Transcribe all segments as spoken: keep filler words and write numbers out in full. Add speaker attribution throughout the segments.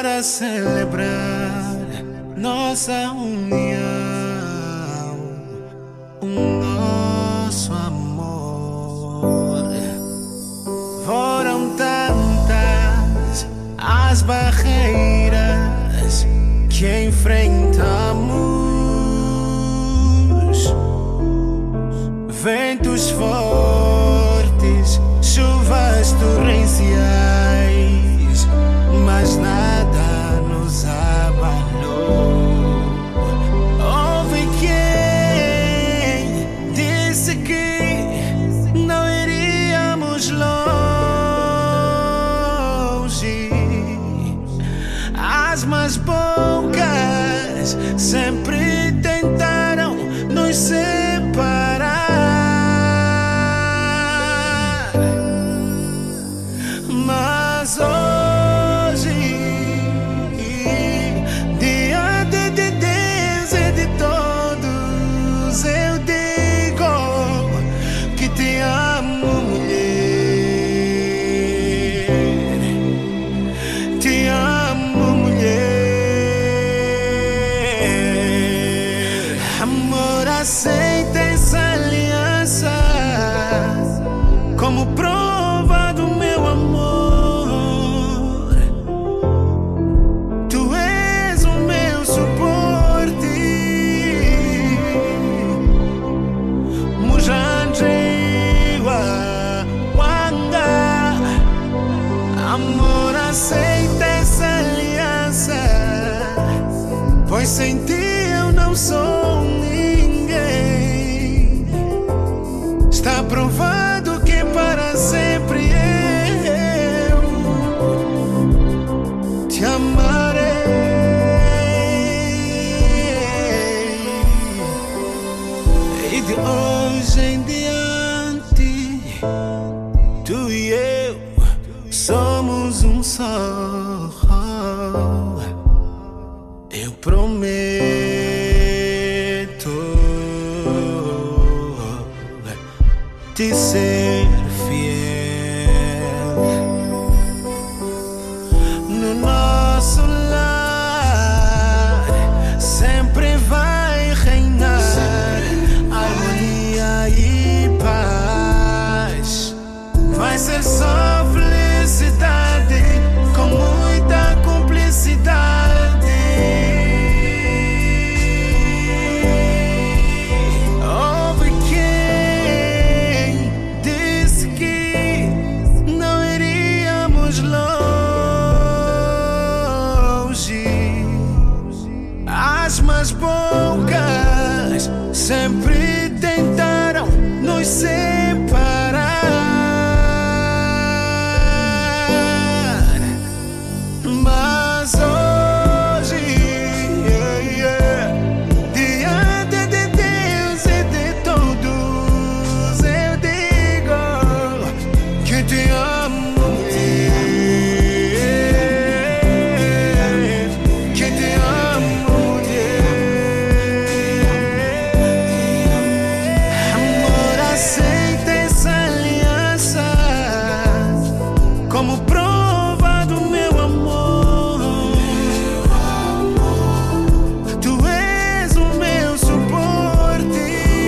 Speaker 1: para celebrar nossa união, o nosso amor. Foram tantas as barreiras que enfrentamos, ventos fortes, chuvas torrenciais, mas nada nos abalou. Houve quem disse que não iríamos longe, as mais poucas sempre tentaram nos separar. Mas hoje, diante de Deus e de todos, eu digo que te amo, mulher. Te amo, mulher. Amor, aceita essa aliança como prova do meu amor. Tu és o meu suporte, Mujanjiwa Wanga. Amor, aceita essa aliança, pois sem ti eu não sou ninguém. Está provado que para sempre eu te amarei. E de hoje em diante, tu e eu somos um só. Eu prometo te ser fiel. No nosso lar sempre vai reinar harmonia e paz. Vai ser só felicidade com muita cumplicidade. Houve quem disse que não iríamos longe, as mais poucas sempre tentaram nos separar. Mas hoje, yeah, yeah, diante de Deus e de todos, eu digo que te amo, mulher. Que te amo, mulher. Amor, aceita essa aliança como prova do meu amor. Tu és o meu suporte,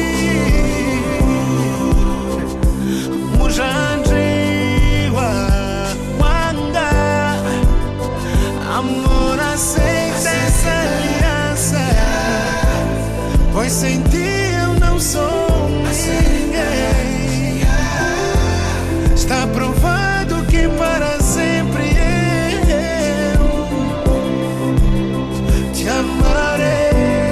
Speaker 1: Mujanjiwa Wanga. Amor, aceita essa aliança, pois sem ti eu não sou ninguém. Está provado que para sempre eu te amarei.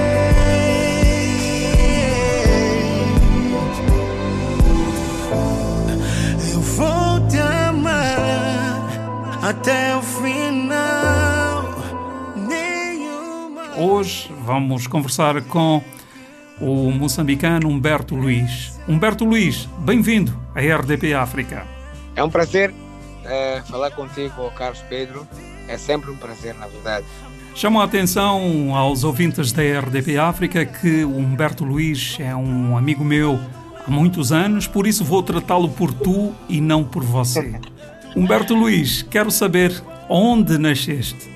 Speaker 1: Eu vou te amar até o final. Nenhuma...
Speaker 2: Hoje vamos conversar com o moçambicano Humberto Luís. Humberto Luís, bem-vindo à R D P África.
Speaker 3: É um prazer é, falar contigo, Carlos Pedro. É sempre um prazer, na verdade.
Speaker 2: Chamo a atenção aos ouvintes da R D P África que o Humberto Luís é um amigo meu há muitos anos, por isso vou tratá-lo por tu e não por você. Humberto Luís, quero saber onde nasceste.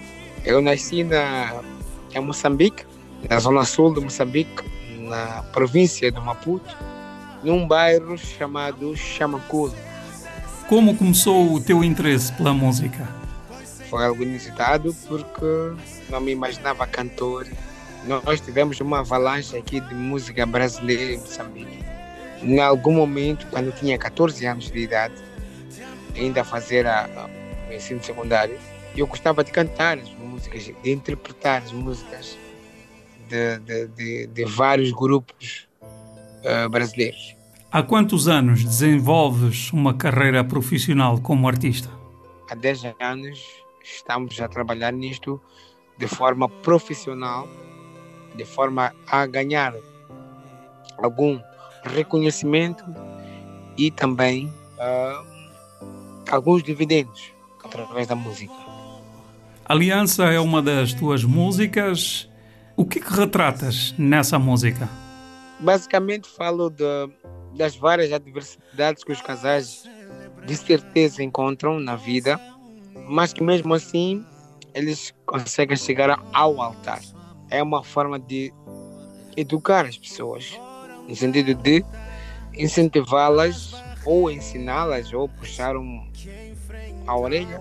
Speaker 3: Eu nasci na, em Moçambique, na zona sul de Moçambique, na província de Maputo, num bairro chamado Chamaculo.
Speaker 2: Como começou o teu interesse pela música?
Speaker 3: Foi algo inusitado porque não me imaginava cantor. Nós tivemos uma avalanche aqui de música brasileira em Moçambique. Em algum momento, quando eu tinha catorze anos de idade, ainda a fazer a, a, o ensino secundário, eu gostava de cantar as músicas, de interpretar as músicas de, de, de, de vários grupos uh, brasileiros.
Speaker 2: Há quantos anos desenvolves uma carreira profissional como artista?
Speaker 3: Há dez anos estamos a trabalhar nisto de forma profissional, de forma a ganhar algum reconhecimento e também uh, alguns dividendos através da música.
Speaker 2: Aliança é uma das tuas músicas. O que que retratas nessa música?
Speaker 3: Basicamente falo de, das várias adversidades que os casais de certeza encontram na vida, mas que mesmo assim eles conseguem chegar ao altar. É uma forma de educar as pessoas, no sentido de incentivá-las ou ensiná-las ou puxar um, a orelha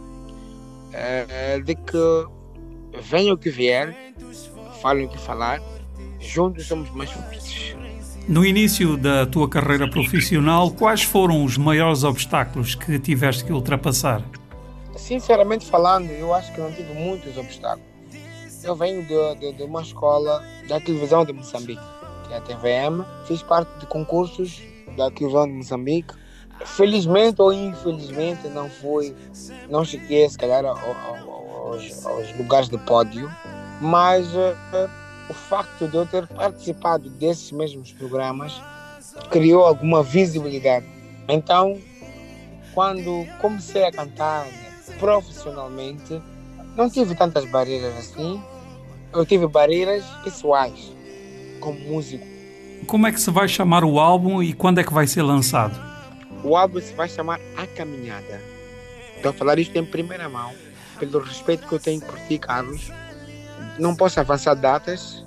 Speaker 3: é, de que venha o que vier, falem o que falar, juntos somos mais fortes.
Speaker 2: No início da tua carreira profissional, quais foram os maiores obstáculos que tiveste que ultrapassar?
Speaker 3: Sinceramente falando, eu acho que não tive muitos obstáculos. Eu venho de, de, de uma escola da televisão de Moçambique, que é a T V M. Fiz parte de concursos da televisão de Moçambique. Felizmente ou infelizmente não fui, não cheguei se calhar aos, aos lugares de pódio, mas uh, o facto de eu ter participado desses mesmos programas criou alguma visibilidade. Então, quando comecei a cantar profissionalmente, não tive tantas barreiras assim. Eu tive barreiras pessoais como músico.
Speaker 2: Como é que se vai chamar o álbum e quando é que vai ser lançado?
Speaker 3: O álbum se vai chamar A Caminhada. Estou a falar isto em primeira mão, pelo respeito que eu tenho por ti, Carlos. Não posso avançar datas,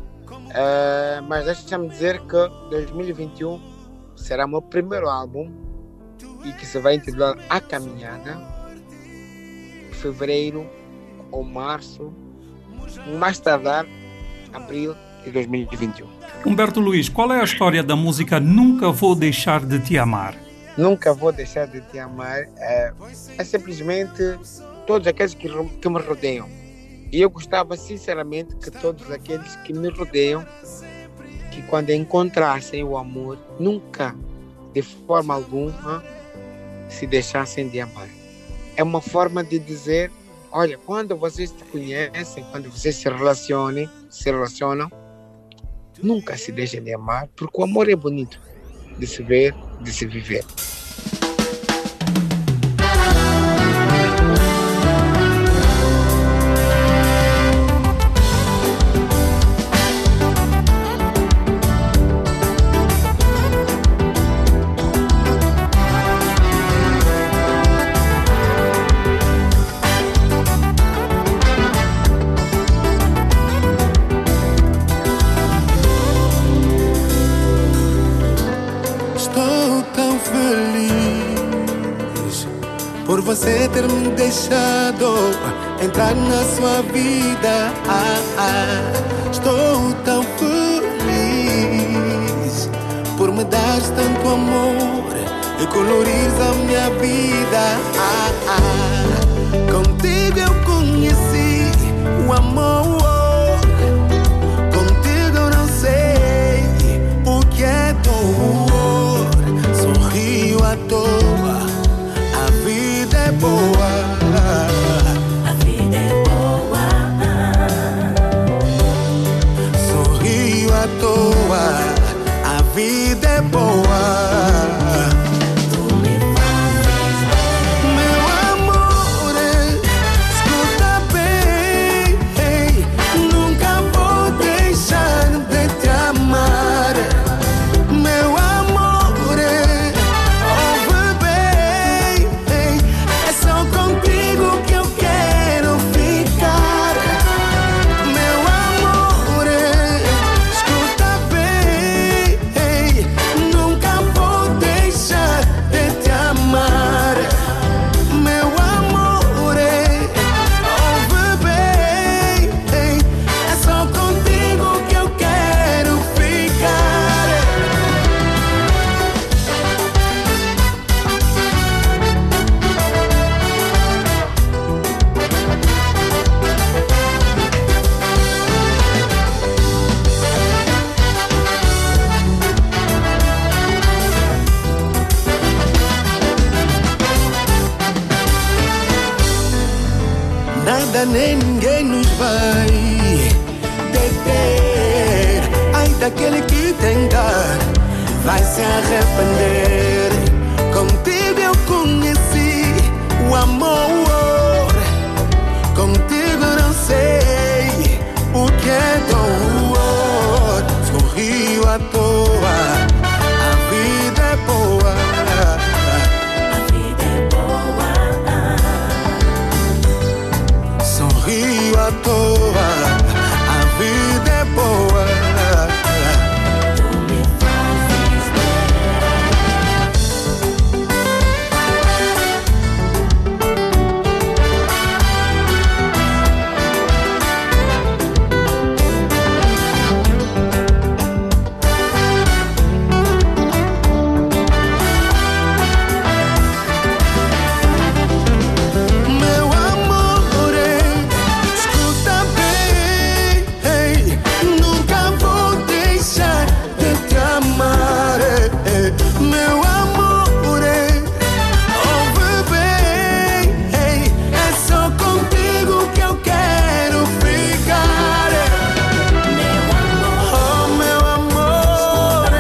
Speaker 3: uh, mas deixa-me dizer que dois mil e vinte e um será o meu primeiro álbum e que se vai intitular A Caminhada. Fevereiro ou março, mais tardar, abril de dois mil e vinte e um.
Speaker 2: Humberto Luís, qual é a história da música Nunca Vou Deixar de Te Amar?
Speaker 3: Nunca Vou Deixar de Te Amar é, é simplesmente todos aqueles que, que me rodeiam. E eu gostava sinceramente que todos aqueles que me rodeiam, que quando encontrassem o amor, nunca, de forma alguma, se deixassem de amar. É uma forma de dizer, olha, quando vocês se conhecem, quando vocês se relacionem, se relacionam, nunca se deixem de amar, porque o amor é bonito de se ver, de se viver.
Speaker 1: Por você ter me deixado entrar na sua vida. Ah, ah. Estou tão feliz por me dar tanto amor e colorir a minha vida. Ah, ah. Contigo eu conheci o amor. Contigo não sei o que é dor. Sorrio à toa. A vida é boa,
Speaker 4: a vida é boa.
Speaker 1: Sorrio à toa, a vida é boa.
Speaker 4: Tu me fazes bem,
Speaker 1: meu amor, escuta bem, nunca vou deixar de te amar. Meu amor, ouve bem, é só nada nem ninguém nos vai deter. Ai daquele que tentar vai se arrepender. Contigo eu conheci o amor, contigo não sei o que é dor. Sorrio à toa, a vida é boa.
Speaker 4: A vida é boa.
Speaker 1: Sorrio à toa, a vida é boa.
Speaker 4: Tu me fazes
Speaker 1: Meu amor, escuta bem, ei, nunca vou deixar de te amar. Ei, meu amor, ouve bem, ei, é só contigo que eu quero ficar.
Speaker 4: meu amor.
Speaker 1: Oh, meu amor,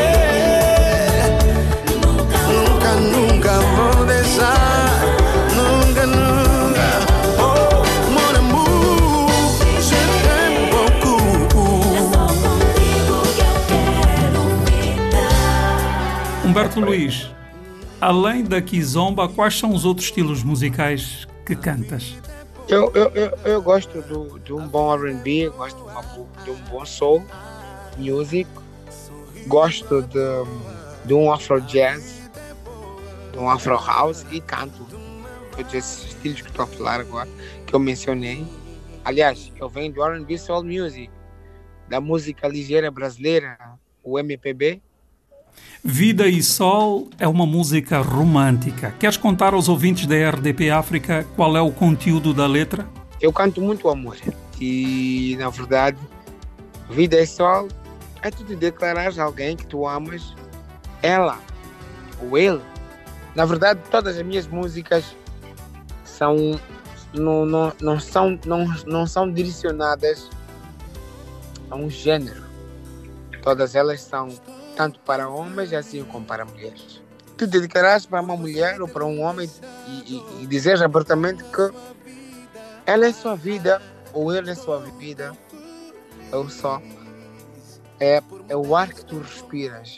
Speaker 4: Nunca
Speaker 1: nunca, nunca vou deixar, nunca, nunca. Oh, mon amour, je t'aime beaucoup.
Speaker 4: só contigo que eu quero ficar.
Speaker 2: Humberto Luís, além da kizomba, quais são os outros estilos musicais que cantas?
Speaker 3: Eu, eu, eu, eu gosto do, de um bom R and B, gosto de, uma, bo- de um bom soul music, gosto de, de um afro jazz, de um afro house e canto todos esses estilos que estou a falar agora, que eu mencionei. Aliás, eu venho do R and B soul music, da música ligeira brasileira, o M P B.
Speaker 2: Vida e Sol é uma música romântica. Queres contar aos ouvintes da R D P África qual é o conteúdo da letra?
Speaker 3: Eu canto muito amor e, na verdade, vida e sol é tu te declarares a alguém que tu amas, ela ou ele. Na verdade, todas as minhas músicas são não, não, não, são, não, não são direcionadas a um gênero. Todas elas são tanto para homens assim como para mulheres. Tu te declarares para uma mulher ou para um homem e, e, e dizeres abertamente que ela é sua vida ou ele é sua vida, ou só é, é o ar que tu respiras.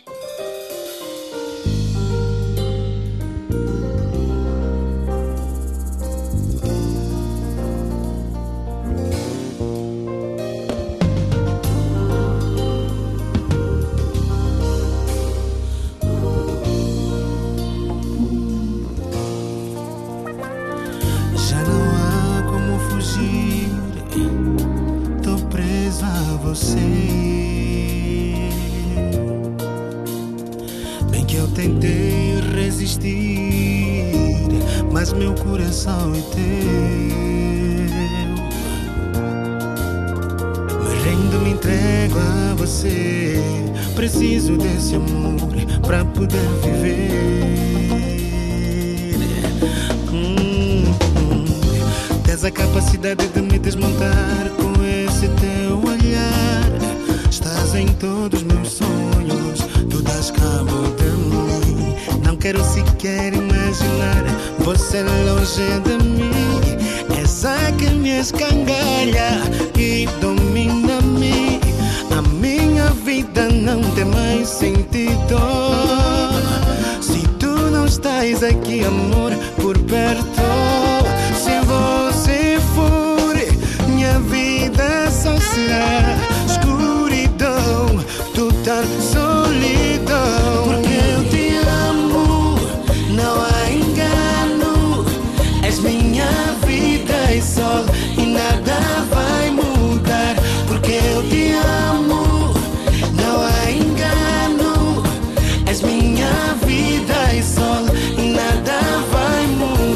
Speaker 1: Já não há como fugir, tô preso a você. Bem que eu tentei resistir, mas meu coração é teu. Me rendo, me entrego a você. Preciso desse amor pra poder viver. Hum, hum. Tens a capacidade de me desmontar com esse teu olhar. Estás em todos os meus sonhos, tu dás cabo de mim. Não quero sequer imaginar você longe de mim. Essa que me escangalha e domina-me. A minha vida não tem mais sentido se tu não estás aqui, amor, por perto. Se você for, minha vida só será escuridão, total solidão. Porque eu te amo, não há engano. És minha vida e sol e nada vai mudar. Porque eu te amo, não há engano. És minha vida e sol e nada vai mudar.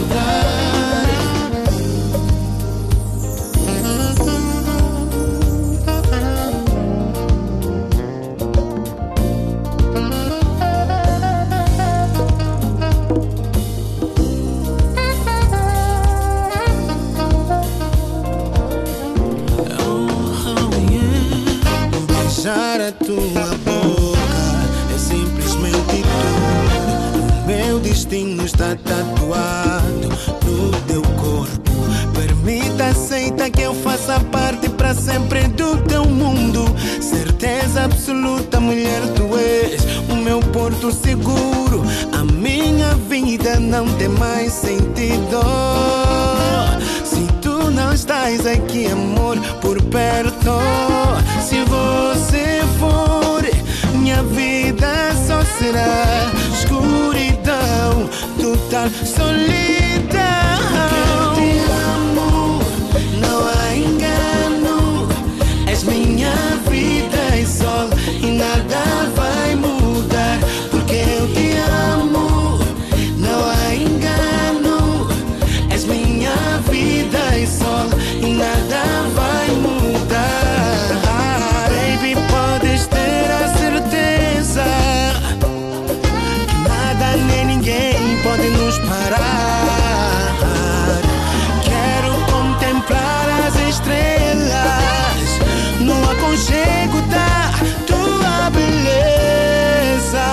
Speaker 1: tem mais sentido. Se tu não estás aqui, amor, por perto, se você for, minha vida só será escuridão, total solidão. Eu te amo, não há engano, és minha vida e sol, e nada vai mudar, porque eu te amo, não há engano, és minha vida e sol, e nada vai mudar. Baby, podes ter a certeza que nada nem ninguém pode nos parar. Quero contemplar as estrelas no aconchego da tua beleza.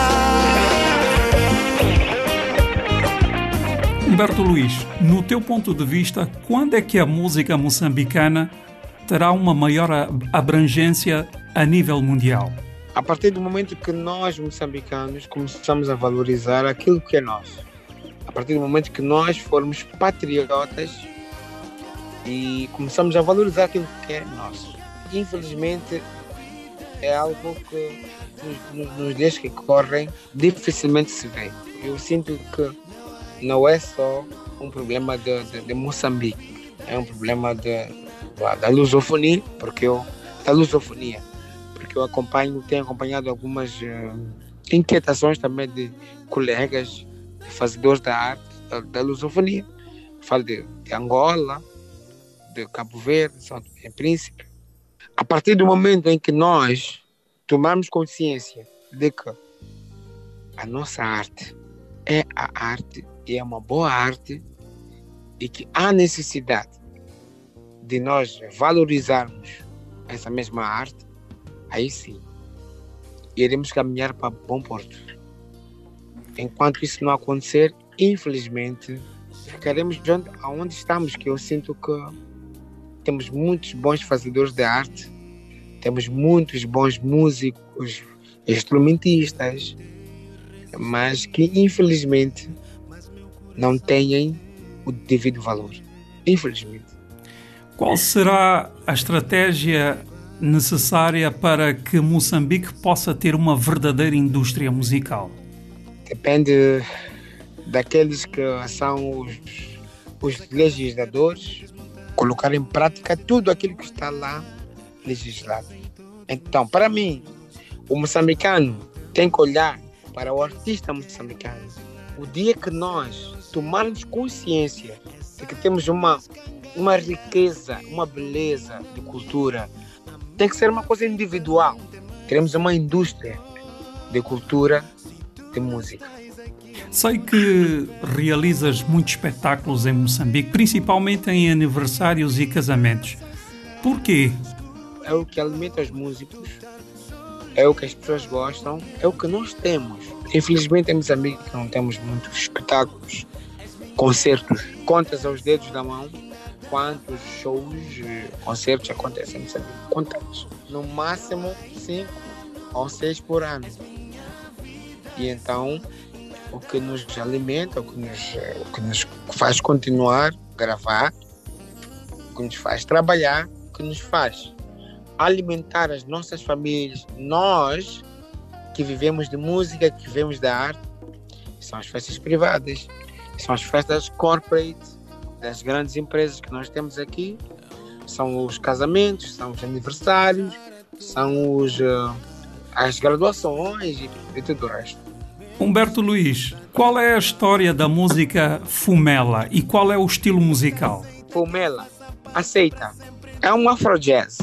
Speaker 2: Humberto Luís, no teu ponto de vista, quando é que a música moçambicana terá uma maior abrangência a nível mundial?
Speaker 3: A partir do momento que nós, moçambicanos, começamos a valorizar aquilo que é nosso. A partir do momento que nós formos patriotas e começamos a valorizar aquilo que é nosso. Infelizmente, é algo que nos, nos, nos dias que correm dificilmente se vê. Eu sinto que não é só um problema de, de, de Moçambique, é um problema de, da lusofonia, porque eu, da lusofonia, porque eu acompanho, tenho acompanhado algumas uh, inquietações também de colegas, de fazedores da arte, da, da lusofonia. Falo de, de Angola, de Cabo Verde, São Tomé e Príncipe. A partir do momento em que nós tomamos consciência de que a nossa arte é a arte e é uma boa arte e que há necessidade de nós valorizarmos essa mesma arte, aí sim, iremos caminhar para bom porto. Enquanto isso não acontecer, infelizmente, ficaremos onde, onde estamos, que eu sinto que temos muitos bons fazedores de arte, temos muitos bons músicos, instrumentistas, mas que infelizmente não têm o devido valor. Infelizmente.
Speaker 2: Qual será a estratégia necessária para que Moçambique possa ter uma verdadeira indústria musical?
Speaker 3: Depende daqueles que são os, os legisladores colocar em prática tudo aquilo que está lá legislado. Então, para mim, o moçambicano tem que olhar para o artista moçambicano. O dia que nós tomarmos consciência de que temos uma, uma riqueza, uma beleza de cultura, tem que ser uma coisa individual. Queremos uma indústria de cultura, de música.
Speaker 2: Sei que realizas muitos espetáculos em Moçambique, principalmente em aniversários e casamentos. Porquê?
Speaker 3: É o que alimenta os músicos, é o que as pessoas gostam, é o que nós temos. Infelizmente em Moçambique não temos muitos espetáculos, concertos, contas aos dedos da mão, quantos shows, concertos acontecem em Moçambique. Contas. No máximo cinco ou seis por ano. E então, o que nos alimenta, o que nos, o que nos faz continuar a gravar, o que nos faz trabalhar, o que nos faz alimentar as nossas famílias, nós que vivemos de música, que vivemos da arte, são as festas privadas, são as festas corporate, das grandes empresas que nós temos aqui, são os casamentos, são os aniversários, são os, uh, as graduações e, e tudo o resto.
Speaker 2: Humberto Luís, qual é a história da música Fumela e qual é o estilo musical?
Speaker 3: Fumela, aceita, é um afro-jazz.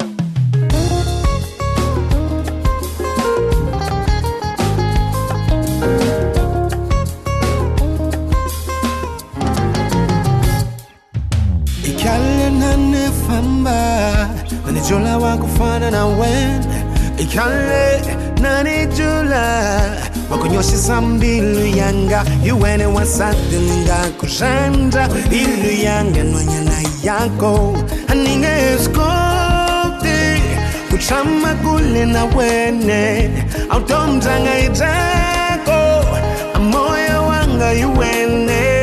Speaker 1: Jola wakufana na wen ikale nani jula wakunyosha mbilu yanga yuwene wasadinga kushanda ilu yanga nwanyana yako aninga eskote kuchama kule na wene automzanga itako amoya wanga yuwene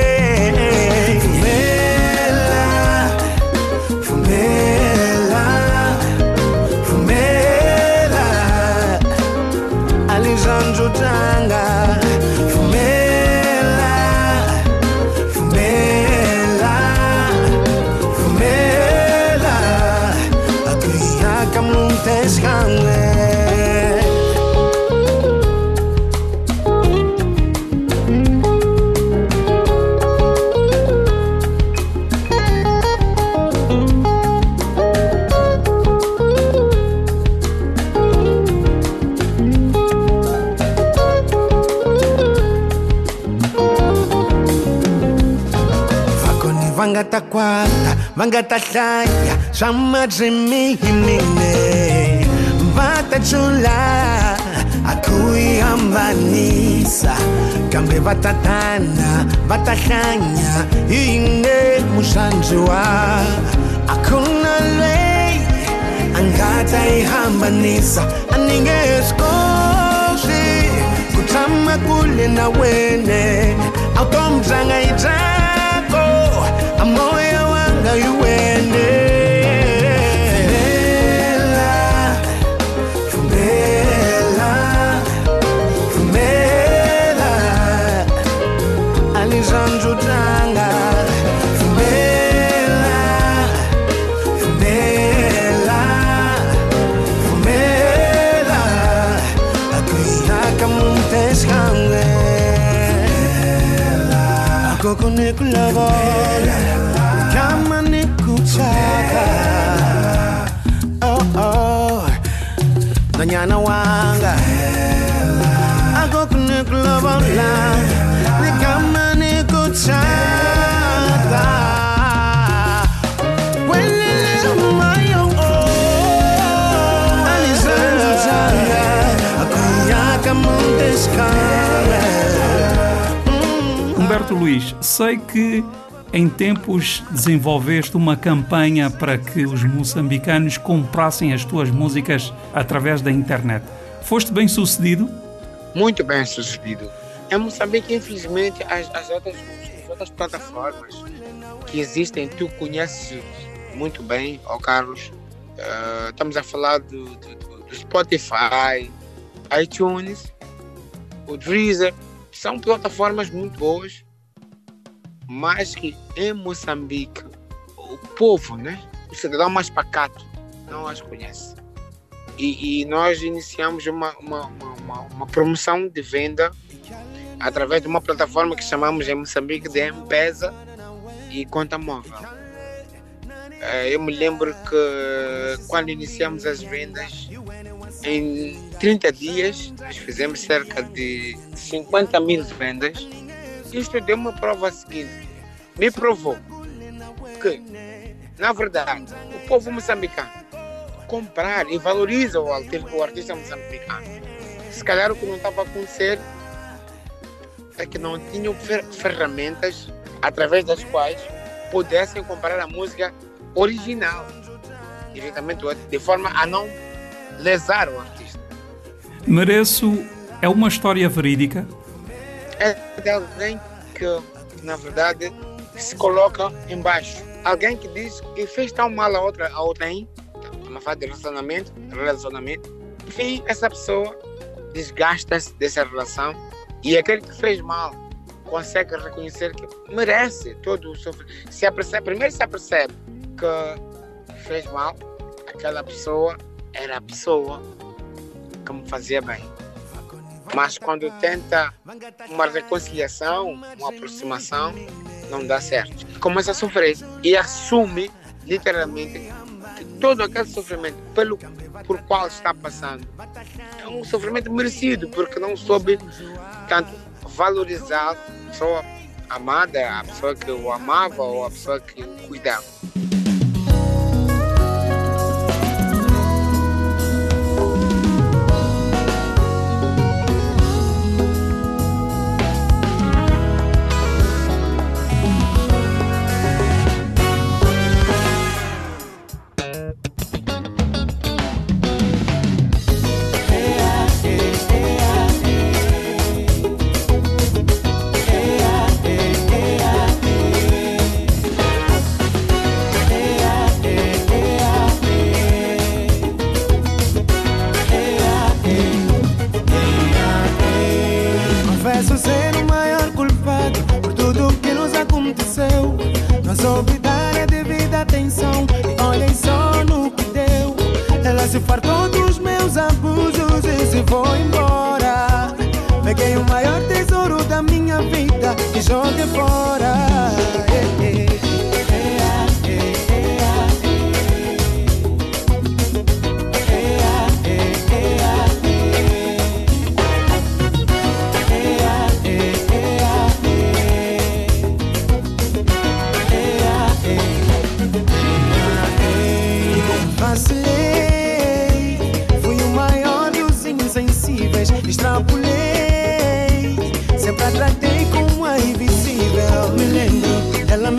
Speaker 1: vangata quarta, vangata hlaya, chama de mim, mine. Vata chula, akui ambanisa, kambe vatatana, vatahlanya, ine mushanjua. Akuna lei, angata ihambanisa, aninge skoshi, kutama kule na wene, automzanga ijako, amoya wanga yuwene. Koko nikula bola, kama nikuchaka. Oh oh, nanyana wanga. Koko nikula bola, kama nikuchaka. Welele mayo oh, alizana janga, akuyaka montescala.
Speaker 2: Humberto Luís, sei que em tempos desenvolveste uma campanha para que os moçambicanos comprassem as tuas músicas através da internet. Foste bem sucedido?
Speaker 3: Muito bem sucedido. Em Moçambique, infelizmente, as, as, outras, as outras plataformas que existem, tu conheces muito bem, ó Carlos. Uh, estamos a falar do, do, do Spotify, iTunes, o Deezer. São plataformas muito boas, mas que em Moçambique o povo, né, o cidadão mais pacato, não as conhece. E, e nós iniciamos uma, uma, uma, uma promoção de venda através de uma plataforma que chamamos em Moçambique de M-Pesa e Conta Móvel. Eu me lembro que quando iniciamos as vendas, em trinta dias, nós fizemos cerca de cinquenta mil vendas. Isto deu uma prova seguinte. Me provou que, na verdade, o povo moçambicano comprar e valoriza o artista, o artista moçambicano. Se calhar o que não estava a acontecer é que não tinham fer- ferramentas através das quais pudessem comprar a música original, diretamente, de forma a não lesar o artista.
Speaker 2: Mereço é uma história verídica?
Speaker 3: É de alguém que, na verdade, se coloca embaixo. Alguém que diz que fez tão mal a outra, a outrem, uma fase de relacionamento, relacionamento, enfim, essa pessoa desgasta-se dessa relação e aquele que fez mal consegue reconhecer que merece todo o sofrimento. Se apercebe, primeiro se apercebe que fez mal, aquela pessoa era a pessoa que me fazia bem. Mas quando tenta uma reconciliação, uma aproximação, não dá certo. Começa a sofrer e assume literalmente que todo aquele sofrimento pelo, por qual está passando é um sofrimento merecido, porque não soube tanto valorizar a pessoa amada, a pessoa que o amava ou a pessoa que o cuidava.
Speaker 1: Confesso ser o maior culpado por tudo que nos aconteceu. Não soube dar a devida atenção e olhei só no que deu. Ela se fartou dos meus abusos e se foi embora. Peguei o maior tesouro da minha vida e joguei fora. Eh, eh.
Speaker 4: Yeah.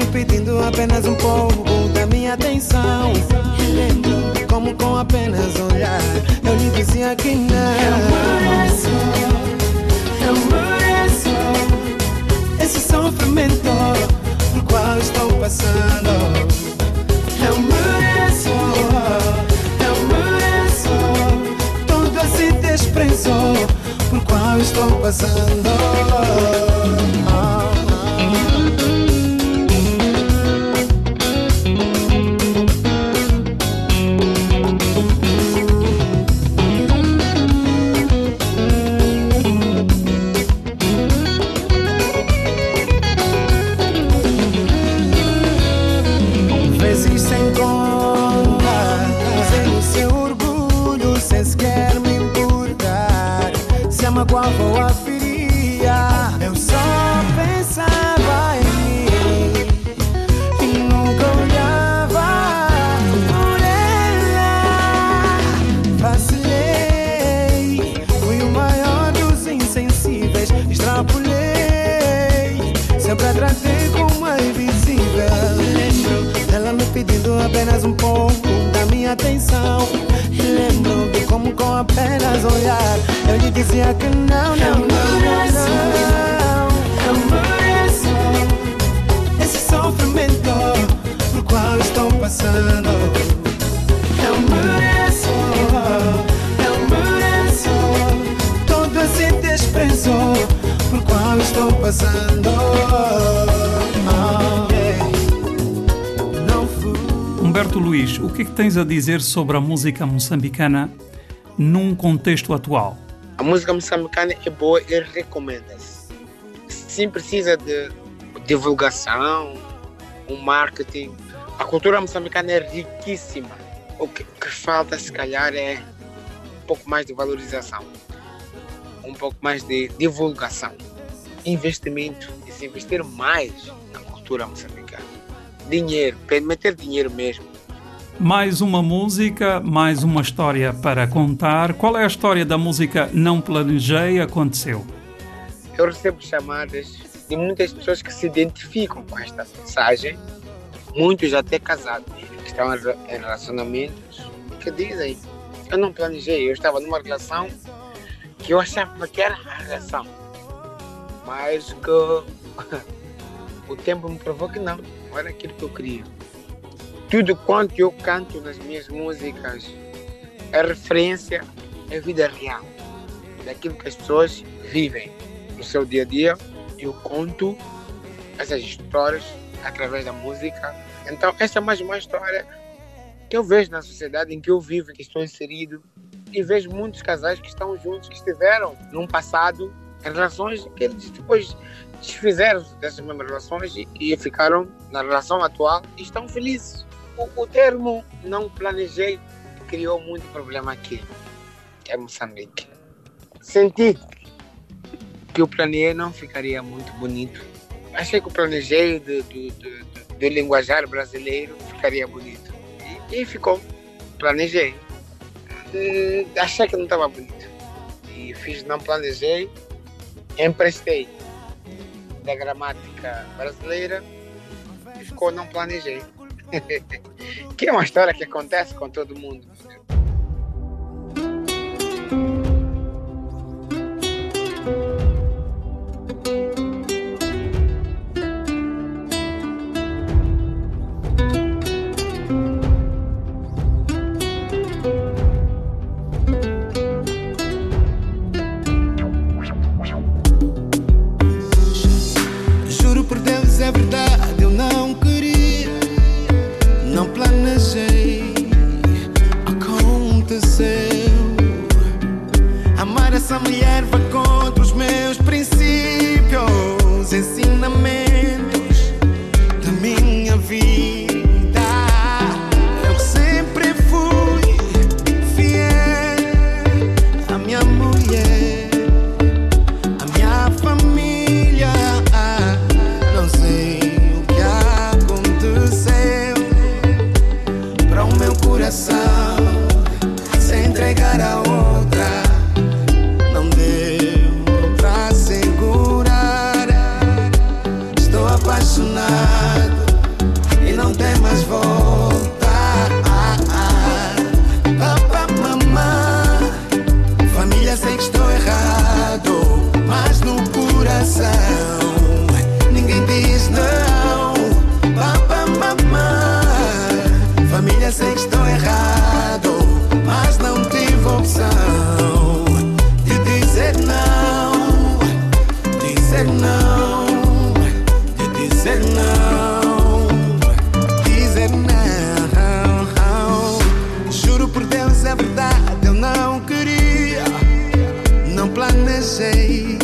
Speaker 1: pedindo apenas um pouco da minha atenção. E lembro como com apenas olhar eu lhe dizia que não. Eu mereço, eu mereço esse sofrimento por qual estou passando. Eu mereço, eu mereço todo esse desprezo por qual estou passando. Vezes sem conta, sem o seu orgulho, sem sequer me importar se a magoava ou a feria. Eu só pensava em mim e nunca olhava por ela. Vacilei, fui o maior dos insensíveis. Extrapolei, sempre a tratei como a invisível. Lembro dela me pedindo apenas um pouco da minha atenção. E lembro de como com apenas olhar eu lhe dizia que não, não, não, não, não. Eu mereço esse sofrimento por qual estou passando. Eu mereço, eu mereço todo esse desprezo por qual estou passando. Oh, yeah. Não fui.
Speaker 2: Humberto Luís, o que é que tens a dizer sobre a música moçambicana num contexto atual?
Speaker 3: A música moçambicana é boa e recomenda-se. Sim, precisa de divulgação, um marketing. A cultura moçambicana é riquíssima. O que, que falta, se calhar, é um pouco mais de valorização, um pouco mais de divulgação, investimento, e se investir mais na cultura moçambicana. Dinheiro, meter dinheiro mesmo.
Speaker 2: Mais uma música, mais uma história para contar. Qual é a história da música Não Planejei Aconteceu?
Speaker 3: Eu recebo chamadas de muitas pessoas que se identificam com esta mensagem, muitos até casados, que estão em relacionamentos, que dizem: eu não planejei, eu estava numa relação que eu achava que era a relação, mas que o tempo me provou que não, não era aquilo que eu queria. Tudo quanto eu canto nas minhas músicas é referência à vida real, daquilo que as pessoas vivem no seu dia a dia. Eu conto essas histórias através da música. Então essa é mais uma história que eu vejo na sociedade em que eu vivo, que estou inserido, e vejo muitos casais que estão juntos, que estiveram num passado em relações que eles depois desfizeram dessas mesmas relações e, e ficaram na relação atual e estão felizes. O, o termo não planejei criou muito problema aqui, que é Moçambique. Senti que o planejei não ficaria muito bonito. Achei que o planejei do, do, do, do, do linguajar brasileiro ficaria bonito. E, e ficou. Planejei. E achei que não estava bonito. E fiz não planejei, emprestei da gramática brasileira e ficou não planejei. Que é uma história que acontece com todo mundo.
Speaker 1: Juro por Deus, é verdade, eu não queria, não planejei sei que estou errado, mas não tive opção de dizer não, dizer não, de dizer não, dizer não. Juro por Deus, é verdade, eu não queria, não planejei,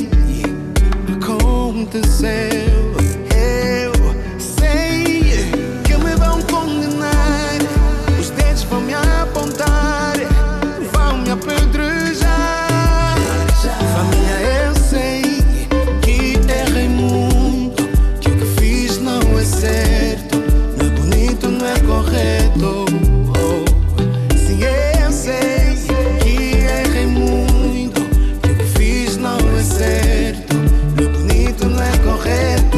Speaker 1: aconteceu. Eu sei que me vão condenar, os dedos vão me apontar, vão me apedrejar. Família, eu sei que errei muito, que o que fiz não é certo, não é bonito, não é correto. Oh, sim, eu sei que errei muito, que o que fiz não é certo, não é bonito, não é correto.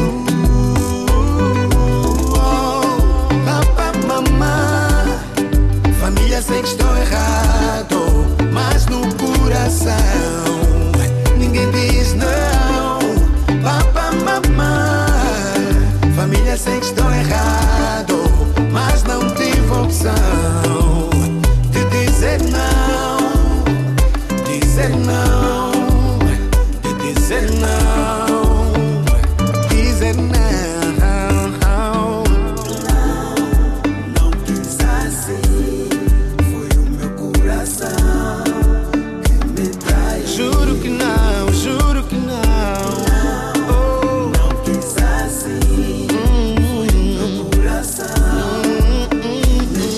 Speaker 1: Oh, papá, mamá, família, sei que estou errado, mas no coração ninguém diz não. Papá, mamá, família, sei que estou errado, mas não tive opção de dizer não, dizer não, de dizer não, dizer não. Não quis assim, foi o meu coração que me traiu. Juro que não, juro que não. Oh, não quis assim, foi o meu coração que me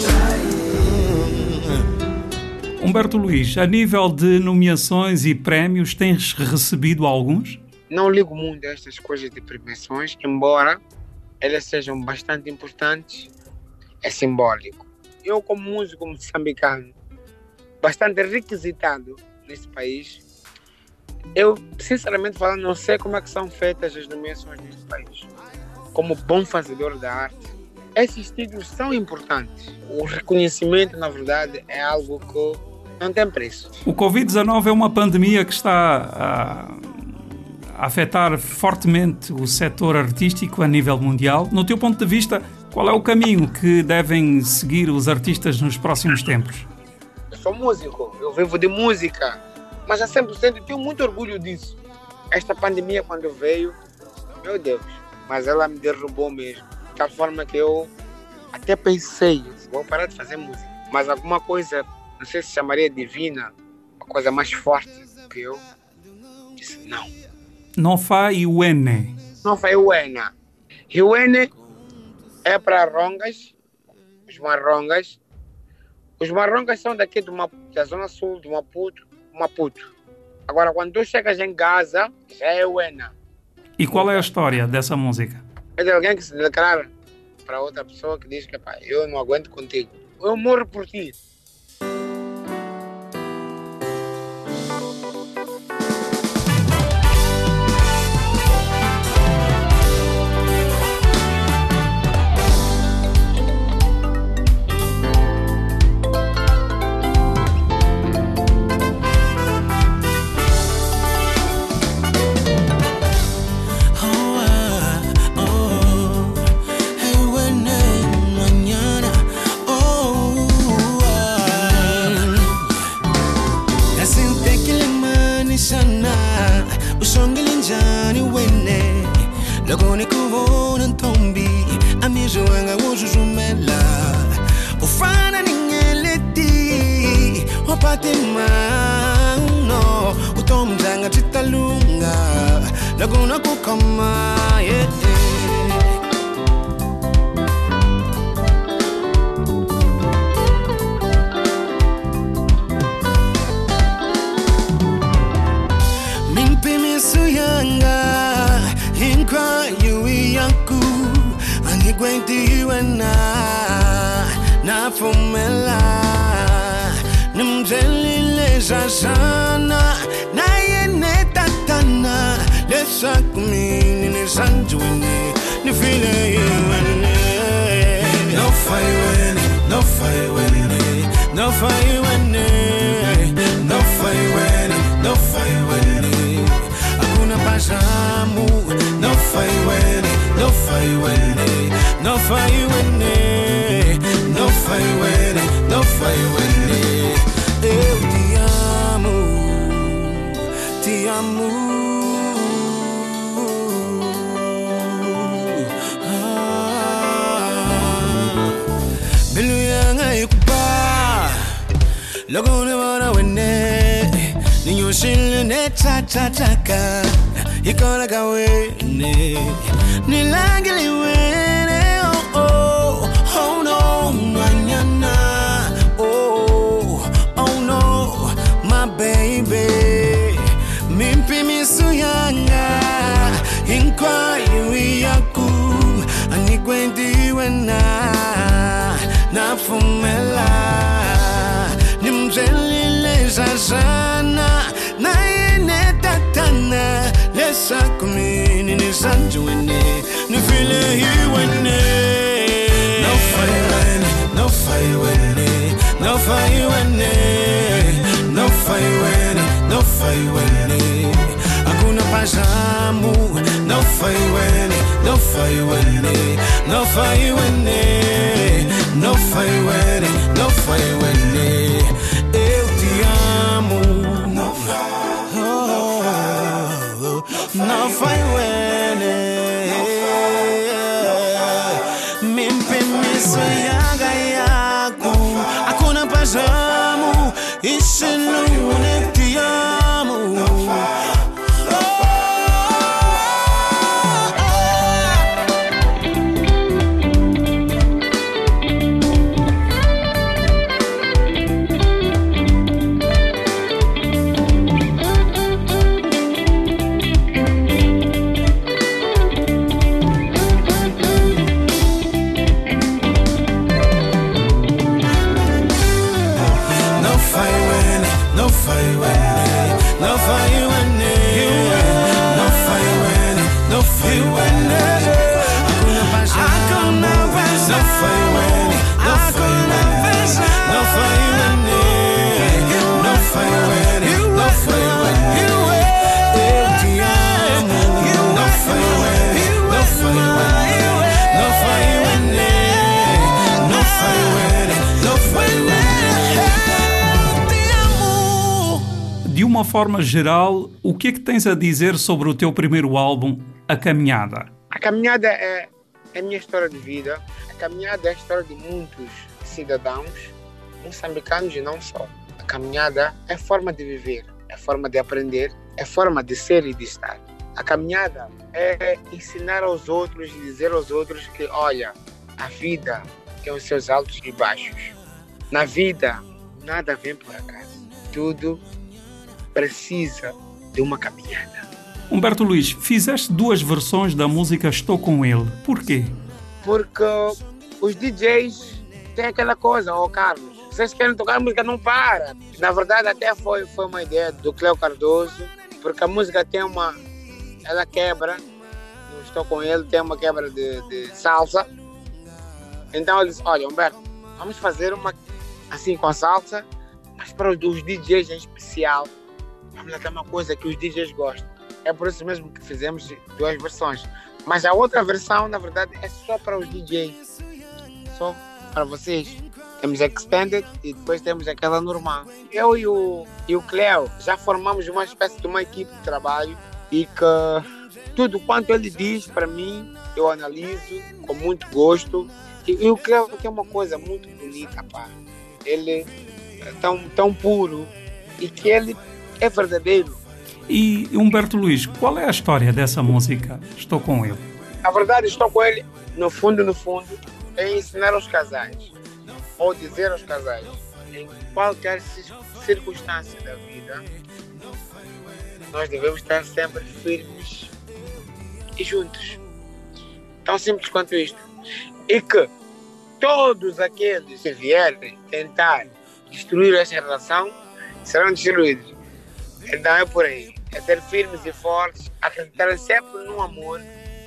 Speaker 1: traiu.
Speaker 2: Humberto Luís, a nível de nomeações e prémios, tens recebido alguns?
Speaker 3: Não ligo muito a estas coisas de premiações, embora elas sejam bastante importantes, é simbólico. Eu, como músico moçambicano, bastante requisitado nesse país, eu, sinceramente falando, não sei como é que são feitas as nomeações neste país. Como bom fazedor da arte, esses títulos são importantes. O reconhecimento, na verdade, é algo que não tem preço.
Speaker 2: O covid dezenove é uma pandemia que está a, a afetar fortemente o setor artístico a nível mundial. No teu ponto de vista, qual é o caminho que devem seguir os artistas nos próximos tempos?
Speaker 3: Eu sou músico, eu vivo de música, mas a cem por cento eu tenho muito orgulho disso. Esta pandemia, quando veio, meu Deus, mas ela me derrubou mesmo. De tal forma que eu até pensei, vou parar de fazer música. Mas alguma coisa, não sei se chamaria divina, uma coisa mais forte que eu, disse não.
Speaker 2: Não faz o N.
Speaker 3: Não foi o Ena. E o Ene é para rongas, os marrongas. Os marrongas são daqui do Maputo, da zona sul do Maputo, Maputo. Agora, quando tu chegas em Gaza, já é o Ena.
Speaker 2: E qual é a história dessa música?
Speaker 3: É de alguém que se declara para outra pessoa que diz que pá, eu não aguento contigo. Eu morro por ti.
Speaker 1: Logoni kuvona ntombi amijuanga wujujumela ufana ningeleti wapate mano utomzanga titalunga laguna kukama yeah. Mimpi misuyanga Inkwa yui yanku Anigwenti wena Na fumela Nimjeli le jajana Na yene tatana Le shakumi Ni sanjuini Ni file yuene No fai wene No fai wene No fai wene No fai wene No fai wene Akuna pajamu No fai wene, no fai wene, no fai wene, no fai foi ele, não foi ele. Eu te amo, te amo. Ah, Beluyanga ikupa, logo ne mora wene, ninyo shile ne cha cha cha ka, ikona gawe ne, nilangili wene oh oh oh no manyana oh oh no my baby, mimpi misuyanga, inkwa iwi yaku, anikwendi wena, na fumela, nimjelile jajana, na ine tatana, lesa kumini ni sanjuene, ni file hiwene. No fire, no fire, no fire, no fire, no fire. Hakuna pajamu, no fire, no fire, no fire, no fire, no fire. Eu te amo, no fire, oh, no fire, mimpi misuyanga yaku, hakuna pajamu, ishilune te amo.
Speaker 2: De uma forma geral, o que é que tens a dizer sobre o teu primeiro álbum, A Caminhada?
Speaker 3: A caminhada é, é a minha história de vida. A caminhada é a história de muitos cidadãos moçambicanos e não só. A caminhada é forma de viver, é forma de aprender, é forma de ser e de estar. A caminhada é ensinar aos outros e dizer aos outros que, olha, a vida tem os seus altos e baixos. Na vida, nada vem por acaso. Tudo precisa de uma caminhada.
Speaker 2: Humberto Luís, fizeste duas versões da música Estou Com Ele. Por quê?
Speaker 3: Porque os D Js têm aquela coisa, ó Carlos, vocês querem tocar a música, não para. Na verdade, até foi, foi uma ideia do Cleo Cardoso, porque a música tem uma... Ela quebra, não Estou Com Ele, tem uma quebra de, de salsa. Então ele disse, olha, Humberto, vamos fazer uma assim com salsa, mas para os D Js em especial. Vamos lá ter uma coisa que os D Js gostam. É por isso mesmo que fizemos duas versões. Mas a outra versão, na verdade, é só para os D Js. Só para vocês. Temos Extended e depois temos aquela normal. Eu e o, e o Cleo já formamos uma espécie de uma equipe de trabalho e que tudo quanto ele diz para mim, eu analiso com muito gosto. E, e o Cleo tem uma coisa muito bonita, pá. Ele é tão, tão puro e que ele é verdadeiro.
Speaker 2: E Humberto Luís, qual é a história dessa música? Estou Com Ele.
Speaker 3: Na verdade, Estou Com Ele, no fundo, no fundo, é ensinar aos casais, ou dizer aos casais, em qualquer circunstância da vida, nós devemos estar sempre firmes e juntos. Tão simples quanto isto. E que todos aqueles que vierem tentar destruir essa relação serão destruídos. Então é por aí. É ser firmes e fortes, acreditar sempre no amor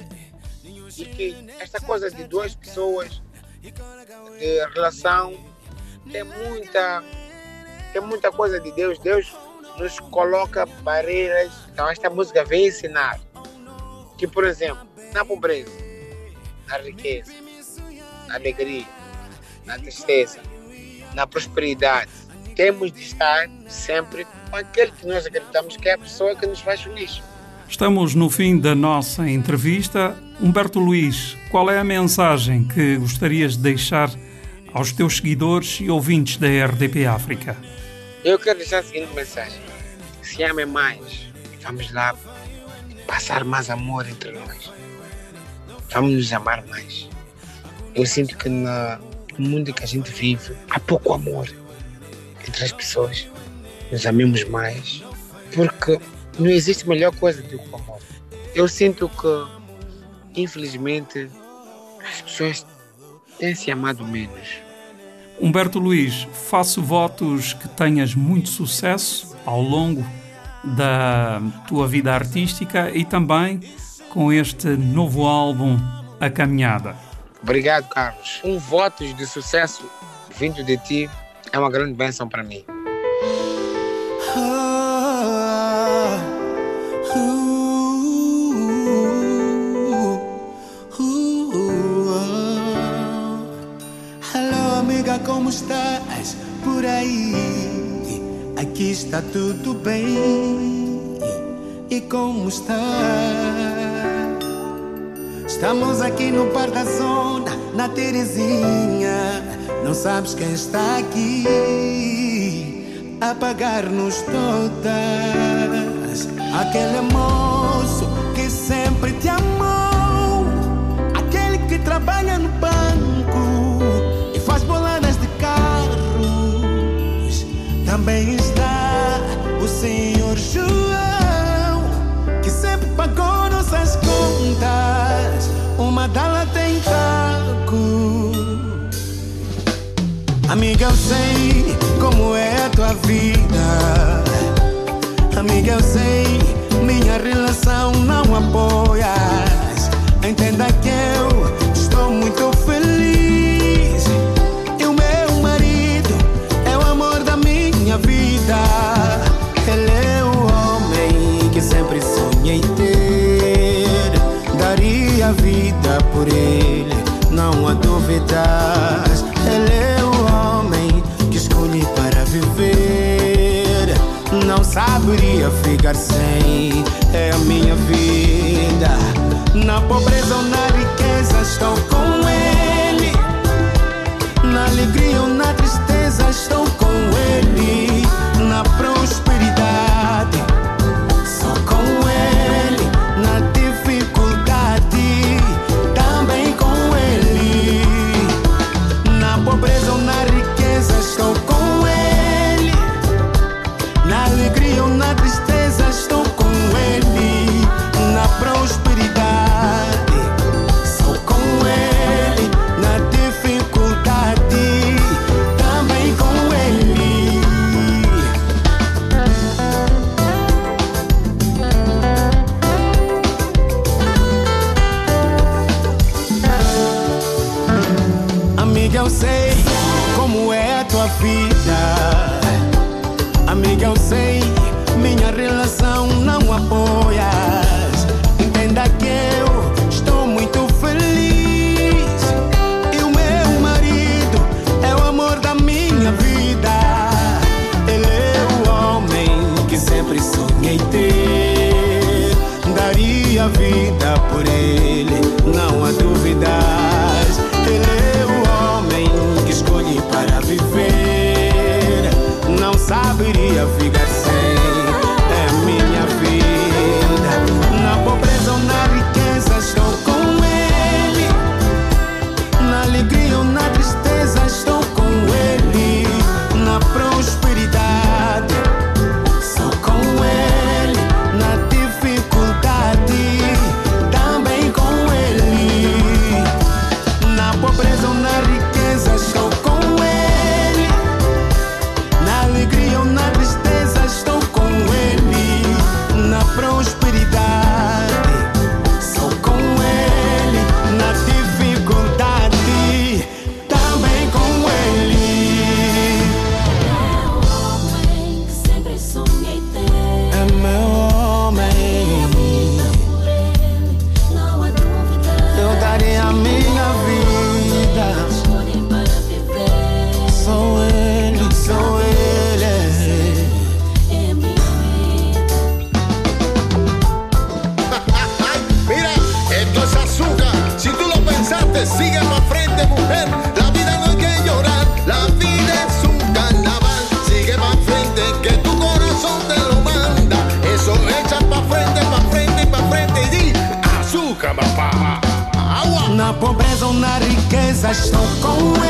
Speaker 3: e que esta coisa de duas pessoas, de relação, tem muita, tem muita coisa de Deus. Deus nos coloca barreiras. Então esta música vem ensinar que, por exemplo, na pobreza, na riqueza, na alegria, na tristeza, na prosperidade, temos de estar sempre com aquele que nós acreditamos que é a pessoa que nos faz feliz.
Speaker 2: Estamos no fim da nossa entrevista. Humberto Luís, qual é a mensagem que gostarias de deixar aos teus seguidores e ouvintes da R D P África?
Speaker 3: Eu quero deixar a seguinte mensagem: se amem mais, vamos lá passar mais amor entre nós. Vamos nos amar mais. Eu sinto que na, no mundo que a gente vive há pouco amor entre as pessoas. Nos amemos mais, porque não existe melhor coisa do que o amor. Eu sinto que, infelizmente, as pessoas têm se amado menos.
Speaker 2: Humberto Luís, faço votos que tenhas muito sucesso ao longo da tua vida artística e também com este novo álbum, A Caminhada.
Speaker 3: Obrigado, Carlos. Um voto de sucesso vindo de ti é uma grande bênção para mim.
Speaker 1: Alô, amiga, como estás por aí? Aqui está tudo bem. E como está? Estamos aqui no Par da Zona, na Terezinha. Não sabes quem está aqui a pagar-nos todas. Aquele moço que sempre te amou, aquele que trabalha no banco e faz boladas de carros. Também está o senhor João, que sempre pagou nossas contas. Uma dela tem taco. Amiga, eu sei como é a tua vida. Amiga, eu sei, minha relação não apoias. Entenda que eu estou muito feliz. E o meu marido é o amor da minha vida. Ele é o homem que sempre sonhei ter. Daria a vida por ele, não há dúvidas. Ele é o homem que escolhi para viver. Não saberia ficar sem, é a minha vida. Na pobreza ou na riqueza estou com ele. Na alegria ou na tristeza estou com ele. Na prosperidade sou com ele. Na dificuldade também com ele. Na pobreza ou na riqueza estou com ele. Na alegria ou na tristeza estou com ele. Na prosperidade sou com ele. Na dificuldade também com ele. Amiga, eu sei como é a tua vida. Amiga, eu sei, minha relação não apoias. Entenda que eu estou muito feliz. E o meu marido é o amor da minha vida. Ele é o homem que sempre sonhei ter. Daria a vida por ele, não há dúvidas. Ele é o homem que escolhi para viver. Não saberia ficar sem, é a minha vida. Na pobreza ou na riqueza estou com ele. Na alegria ou na tristeza estou com ele. Na prosperidade sou com ele. Na dificuldade também com ele. Na pobreza ou na riqueza estou com ele. Na alegria ou na tristeza estou com ele. Na prosperidade sou com ele. Na dificuldade também com ele.
Speaker 4: É o homem que sempre sonhei ter.
Speaker 1: É meu homem,
Speaker 4: Por ele, não há dúvida.
Speaker 1: eu darei a minha vida.
Speaker 4: Escolhi para viver.
Speaker 1: frente, mujer. La vida no hay que llorar, la vida es un carnaval. Sigue pa' frente, que tu corazón te lo manda. Eso echa pa' frente, pa' frente, pa' frente. Y di, azúcar, papá. Agua.
Speaker 5: Na pobreza ou na riqueza, estou com